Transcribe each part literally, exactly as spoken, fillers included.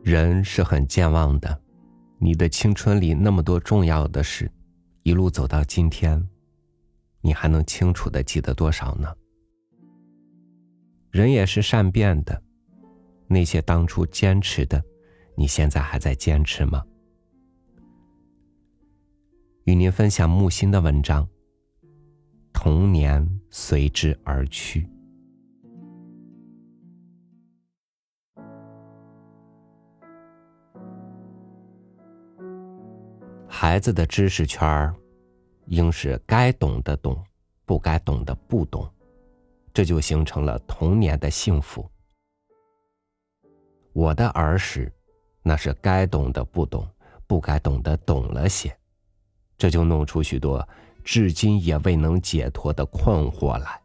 人是很健忘的，你的青春里那么多重要的事，一路走到今天，你还能清楚地记得多少呢？人也是善变的，那些当初坚持的，你现在还在坚持吗？与您分享木心的文章，童年随之而去。孩子的知识圈应是该懂的懂，不该懂的不懂，这就形成了童年的幸福。我的儿时，那是该懂的不懂，不该懂的懂了些，这就弄出许多至今也未能解脱的困惑来。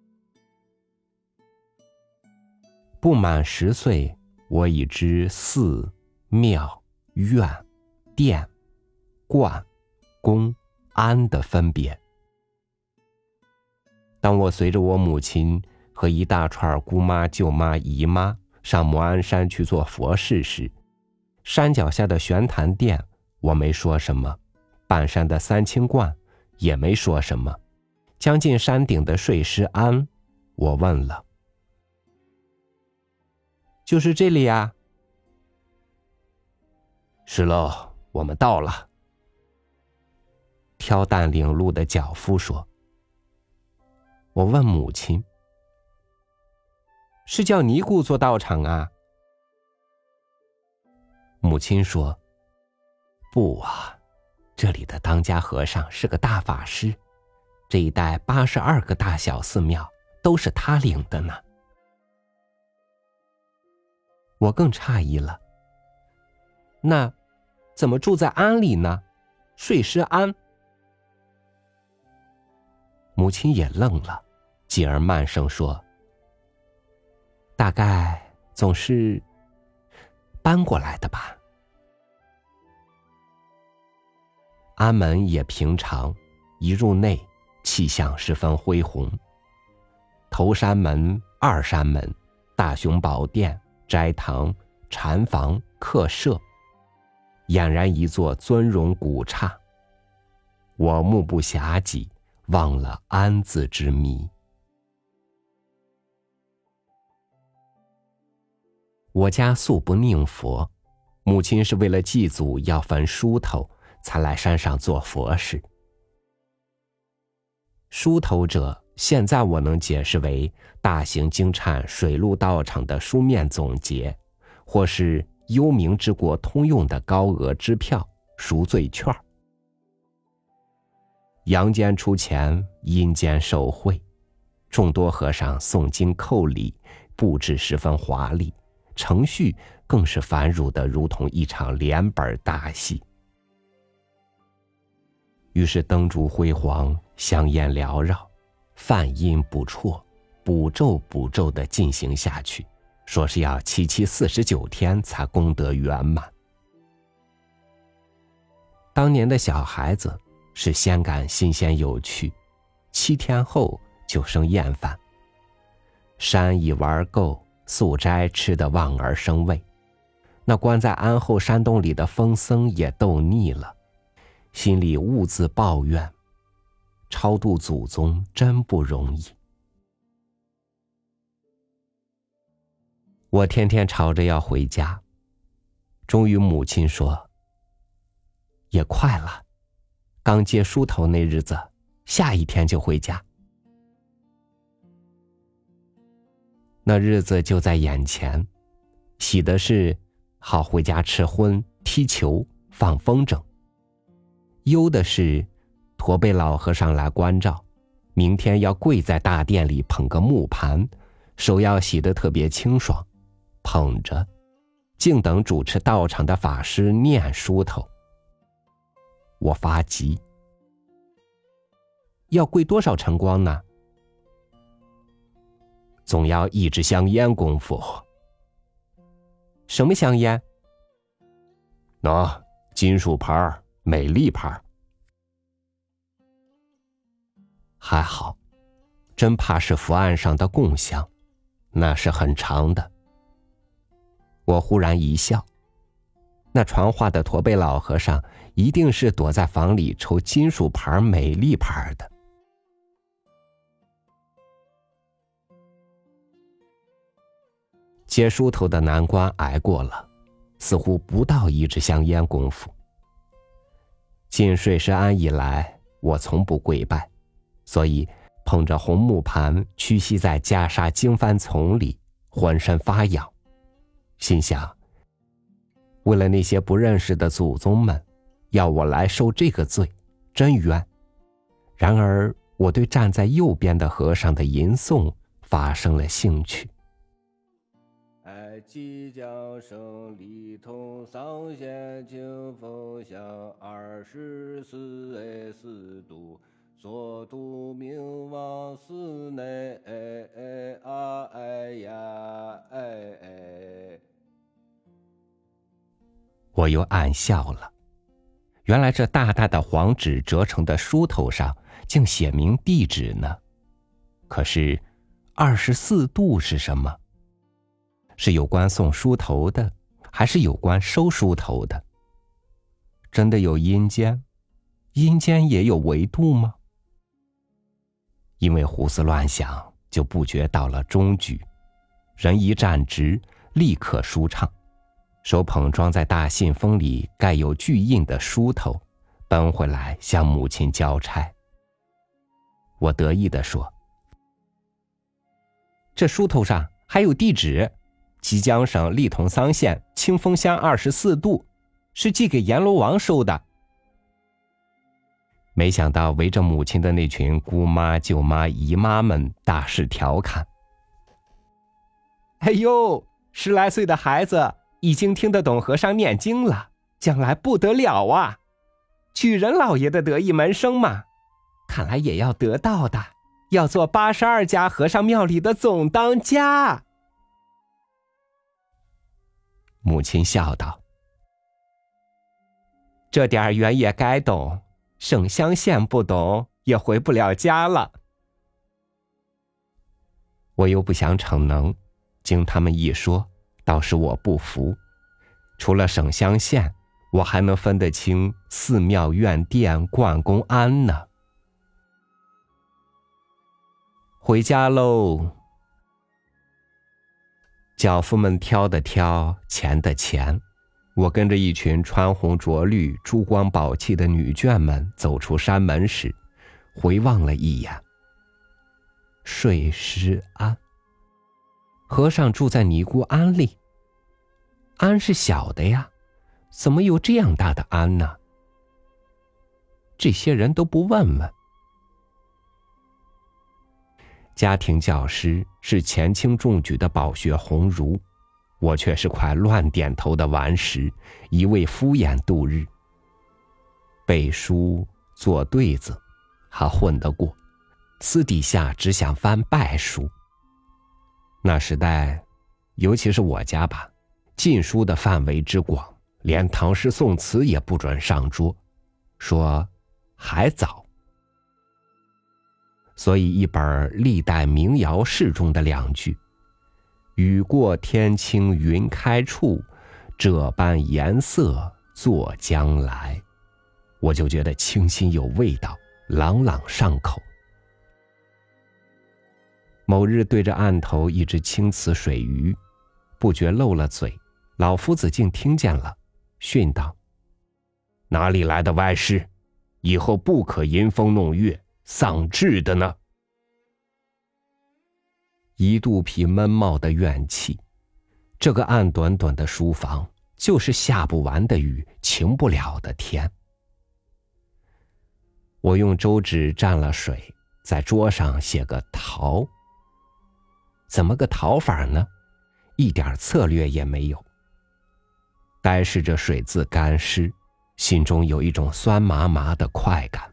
不满十岁，我已知寺、庙、院、殿、观、宫、庵的分别。当我随着我母亲和一大串姑妈、舅妈、姨妈上摩鞍山去做佛事时，山脚下的玄坛殿我没说什么，半山的三清观也没说什么，将近山顶的睡狮庵我问了：就是这里呀？是喽，我们到了。挑担领路的脚夫说。我问母亲：是叫尼姑做道场啊？母亲说：不啊，这里的当家和尚是个大法师，这一带八十二个大小寺庙都是他领的呢。我更诧异了，那怎么住在庵里呢？睡狮庵。母亲也愣了，继而慢声说：大概总是搬过来的吧。庵门也平常，一入内气象十分恢宏。头山门、二山门、大雄宝殿、斋堂、禅房、客舍，俨然一座尊荣古刹。我目不暇给，忘了庵字之谜。我家素不宁佛，母亲是为了祭祖要焚梳头，才来山上做佛事。梳头者，现在我能解释为大型经忏水陆道场的书面总结，或是幽冥之国通用的高额支票、赎罪券。阳间出钱，阴间受贿，众多和尚诵经叩礼，布置十分华丽，程序更是繁缛的如同一场连本大戏。于是灯烛辉煌，香烟缭绕，梵音不辍，补咒补咒地进行下去，说是要七七四十九天才功德圆满。当年的小孩子是先感新鲜有趣，七天后就生厌烦。山已玩够，素斋吃得望而生畏，那关在庵后山洞里的疯僧也逗腻了，心里兀自抱怨：超度祖宗真不容易。我天天吵着要回家，终于母亲说：也快了，刚接梳头那日子，下一天就回家。那日子就在眼前，喜的是好回家吃荤、踢球、放风筝；忧的是驼背老和尚来关照，明天要跪在大殿里捧个木盘，手要洗得特别清爽，捧着，静等主持道场的法师念梳头。我发急，要跪多少晨光呢？总要一支香烟功夫。什么香烟？喏，金属牌，美丽牌。还好，真怕是符案上的供香，那是很长的。我忽然一笑， 那传话的驼背老和尚一定是躲在房里抽金属牌美丽牌的。接梳头的难关挨过了，似乎不到一支香烟功夫。进水师庵以来，我从不跪拜，所以捧着红木盘屈膝在袈裟经幡丛里，浑身发痒，心想，为了那些不认识的祖宗们，要我来受这个罪，真冤。然而我对站在右边的和尚的吟诵发生了兴趣。 爱即将生，力同桑县，清风乡二十四哎四度，所度名望寺内哎哎啊哎呀哎哎。 我又暗笑了，原来这大大的黄纸折成的书头上竟写明地址呢。可是二十四度是什么？是有关送书头的，还是有关收书头的？真的有阴间？阴间也有维度吗？因为胡思乱想，就不觉到了中局，人一站直，立刻舒畅，手捧装在大信封里盖有巨印的书头，奔回来向母亲交差。我得意地说，这书头上还有地址，吉江省利同桑县清风乡二十四度，是寄给阎罗王收的。没想到围着母亲的那群姑妈、舅妈、姨妈们大肆调侃。哎呦，十来岁的孩子已经听得懂和尚念经了，将来不得了啊！举人老爷的得意门生嘛，看来也要得道的，要做八十二家和尚庙里的总当家。母亲笑道，这点原也该懂，省乡县不懂也回不了家了。我又不想逞能，经他们一说，倒是我不服。除了省乡县，我还能分得清寺庙院殿观公庵呢。回家喽。脚夫们挑的挑，钱的钱，我跟着一群穿红着绿、珠光宝气的女眷们走出山门时，回望了一眼。水师庵，和尚住在尼姑庵里。庵是小的呀，怎么有这样大的庵呢？这些人都不问问。家庭教师是前清中举的饱学鸿儒，我却是块乱点头的顽石，一味敷衍度日。背书做对子还混得过，私底下只想翻败书。那时代，尤其是我家吧，禁书的范围之广，连唐诗宋词也不准上桌，说还早。所以一本历代民谣式中的两句，雨过天青云开处，这般颜色作将来，我就觉得清新有味道，朗朗上口。某日对着案头一只青瓷水鱼，不觉漏了嘴，老夫子竟听见了，训道，哪里来的歪诗，以后不可吟风弄月，丧志的呢。一肚皮闷冒的怨气，这个暗短短的书房就是下不完的雨，晴不了的天。我用周纸蘸了水，在桌上写个逃。怎么个逃法呢？一点策略也没有。呆视着水渍干湿，心中有一种酸麻麻的快感。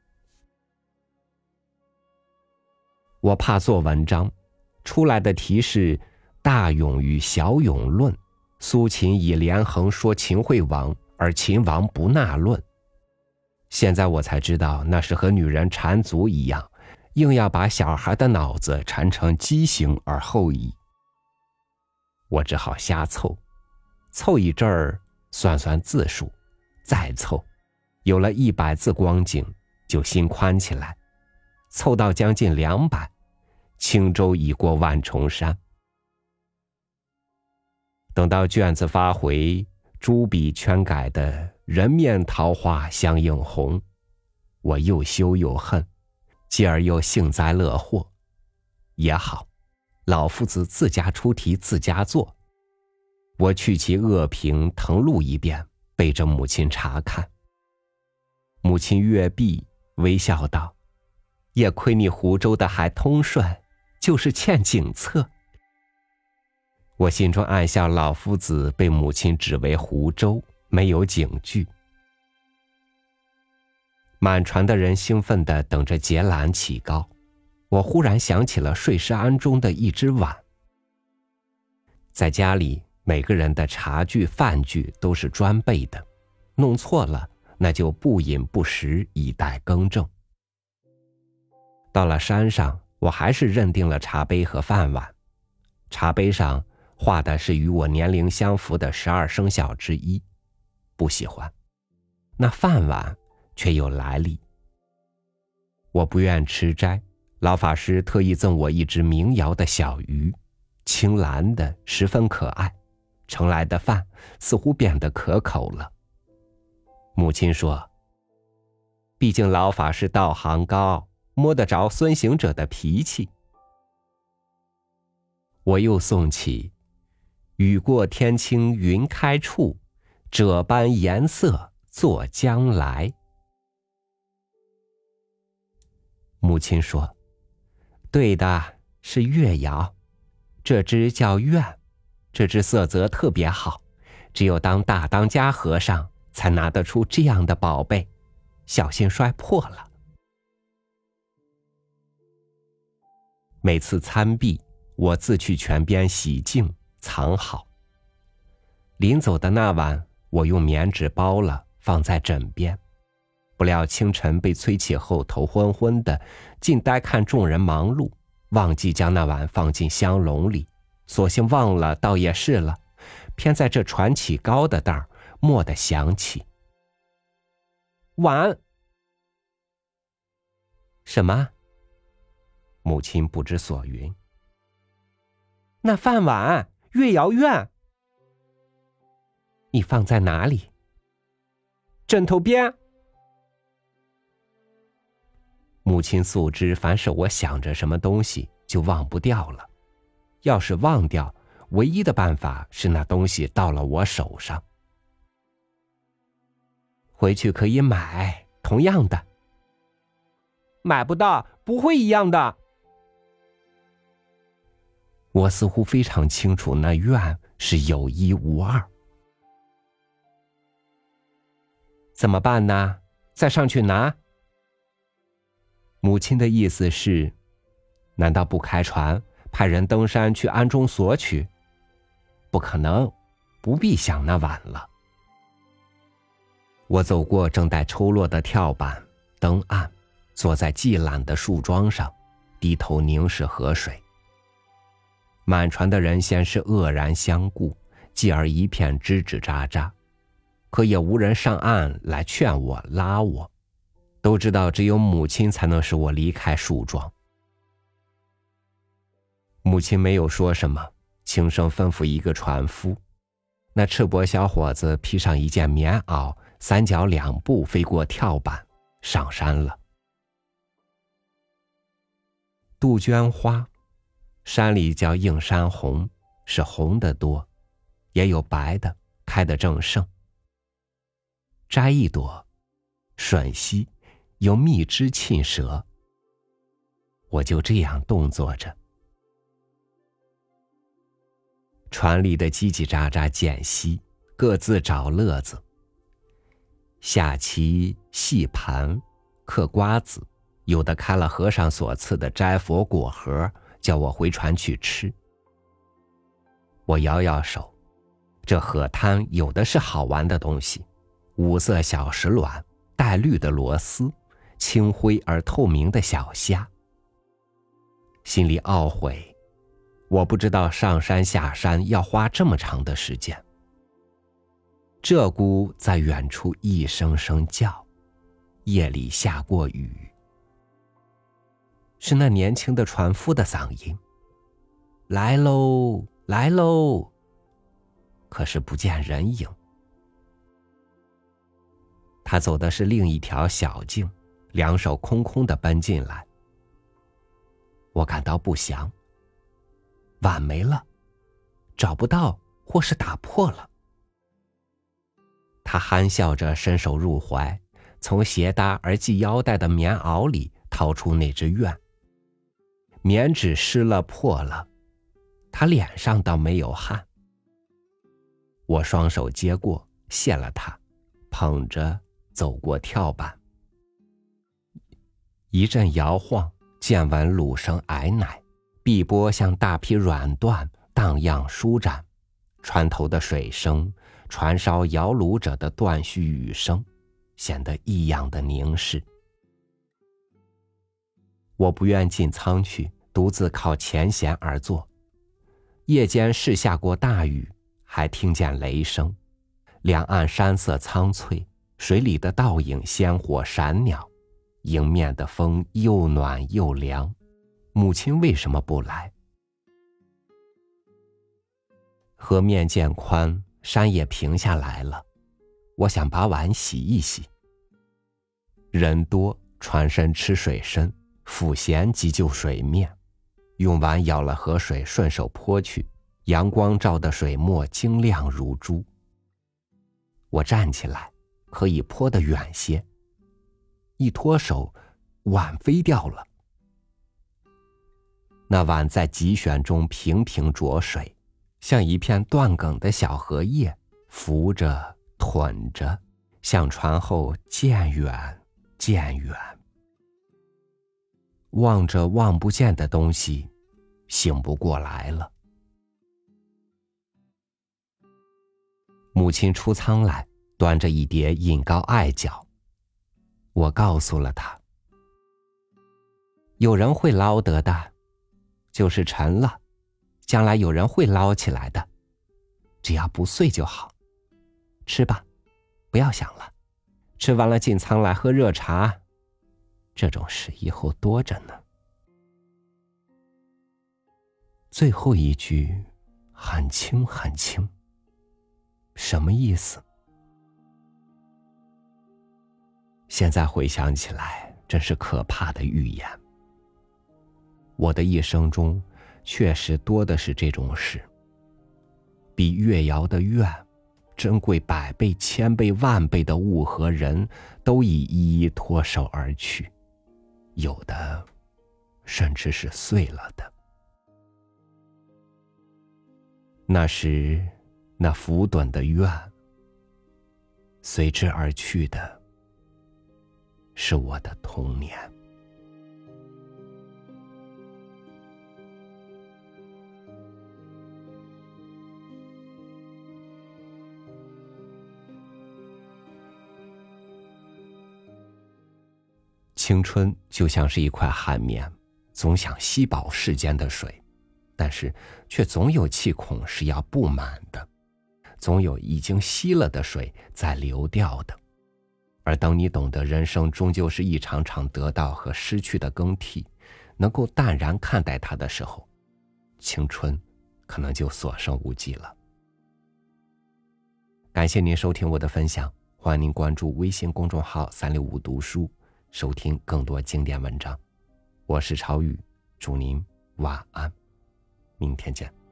我怕做文章，出来的题是大勇与小勇论，苏秦以连横说秦惠王，而秦王不纳论。现在我才知道，那是和女人缠足一样，硬要把小孩的脑子缠成畸形而后已。我只好瞎凑，凑一阵儿， 算算字数，再凑，有了一百字光景，就心宽起来。凑到将近两百，轻舟已过万重山。等到卷子发回，朱笔圈改的人面桃花相映红，我又羞又恨，继而又幸灾乐祸。也好，老夫子自家出题自家做，我去其恶评誊录一遍，背着母亲查看。母亲阅毕，微笑道：也亏你湖州的还通顺，就是欠景策。我心中暗笑，老夫子被母亲指为湖州，没有警句。满船的人兴奋地等着结缆起高，我忽然想起了睡狮庵中的一只碗。在家里，每个人的茶具饭具都是专备的，弄错了，那就不饮不食，以待更正。到了山上，我还是认定了茶杯和饭碗。茶杯上画的是与我年龄相符的十二生肖之一，不喜欢。那饭碗却有来历。我不愿吃斋，老法师特意赠我一只民窑的小鱼，青蓝的，十分可爱，盛来的饭似乎变得可口了。母亲说，毕竟老法师道行高，摸得着孙行者的脾气。我又诵起雨过天晴云开处，这般颜色作将来。母亲说，对的，是月窑，这只叫苑，这只色泽特别好，只有当大当家和尚才拿得出这样的宝贝，小心摔破了。每次参毕，我自去泉边洗净藏好。临走的那晚，我用棉纸包了，放在枕边。不料清晨被催起后，头昏昏的，竟呆看众人忙碌，忘记将那碗放进香笼里，索性忘了，倒也是了。偏在这传起高的当儿，蓦地想起碗。什么？母亲不知所云。那饭碗，月窑苑。你放在哪里？枕头边。母亲素知，凡是我想着什么东西，就忘不掉了。要是忘掉，唯一的办法是那东西到了我手上。回去可以买同样的。买不到，不会一样的。我似乎非常清楚，那愿是有一无二。怎么办呢？再上去拿？母亲的意思是，难道不开船，派人登山去庵中索取？不可能，不必想那晚了。我走过正待抽落的跳板，登岸，坐在系缆的树桩上，低头凝视河水。满船的人先是愕然相顾，继而一片吱吱喳喳，可也无人上岸来劝我拉我，都知道只有母亲才能使我离开树桩。母亲没有说什么，轻声吩咐一个船夫。那赤膊小伙子披上一件棉袄，三脚两步飞过跳板，上山了。杜鹃花，山里叫映山红，是红的多，也有白的，开得正盛。摘一朵，吮吸，有蜜汁沁舌。我就这样动作着。船里的叽叽喳喳间隙，各自找乐子。下棋、戏盘、嗑瓜子，有的开了和尚所赐的斋佛果盒，叫我回船去吃。我摇摇手，这河滩有的是好玩的东西，五色小石卵，带绿的螺丝，清灰而透明的小虾。心里懊悔，我不知道上山下山要花这么长的时间。 鹧鸪在远处一声声叫，夜里下过雨。是那年轻的船夫的嗓音，来喽，来喽。可是不见人影。他走的是另一条小径，两手空空地奔进来。我感到不祥，碗没了，找不到或是打破了。他憨笑着伸手入怀，从斜搭而系腰带的棉袄里掏出那只鸢。棉纸湿了破了，他脸上倒没有汗。我双手接过，谢了他，捧着走过跳板。一阵摇晃，见闻鲁声矮乃，碧波像大批软缎荡漾舒展，船头的水声，船梢摇橹者的断续语声，显得异样的凝视。我不愿进舱去，独自靠前舷而坐。夜间试下过大雨，还听见雷声，两岸山色苍翠，水里的倒影鲜活闪鸟，迎面的风又暖又凉。母亲为什么不来？河面渐宽，山也平下来了，我想把碗洗一洗。人多，船身吃水深，抚弦急救水面，用碗舀了河水顺手泼去，阳光照的水墨晶亮如珠。我站起来，可以泼得远些，一脱手，碗飞掉了。那碗在急旋中平平着水，像一片断梗的小荷叶，浮着吞着，向船后渐远渐远。望着望不见的东西，醒不过来了。母亲出舱来，端着一碟饮膏艾脚。我告诉了她，有人会捞得的，就是沉了，将来有人会捞起来的，只要不碎就好。吃吧，不要想了，吃完了进舱来喝热茶，这种事以后多着呢。最后一句很轻很轻，什么意思？现在回想起来，真是可怕的预言。我的一生中确实多的是这种事，比月窑的鸢珍贵百倍千倍万倍的物和人都已一一脱手而去，有的甚至是碎了的。那时那浮趸的鸢，随之而去的是我的童年。青春就像是一块海绵，总想吸饱世间的水，但是却总有气孔是要布满的，总有已经吸了的水在流掉的。而当你懂得人生终究是一场场得到和失去的更替，能够淡然看待它的时候，青春可能就所剩无几了。感谢您收听我的分享，欢迎您关注微信公众号三六五读书，收听更多经典文章。我是超宇，祝您晚安，明天见。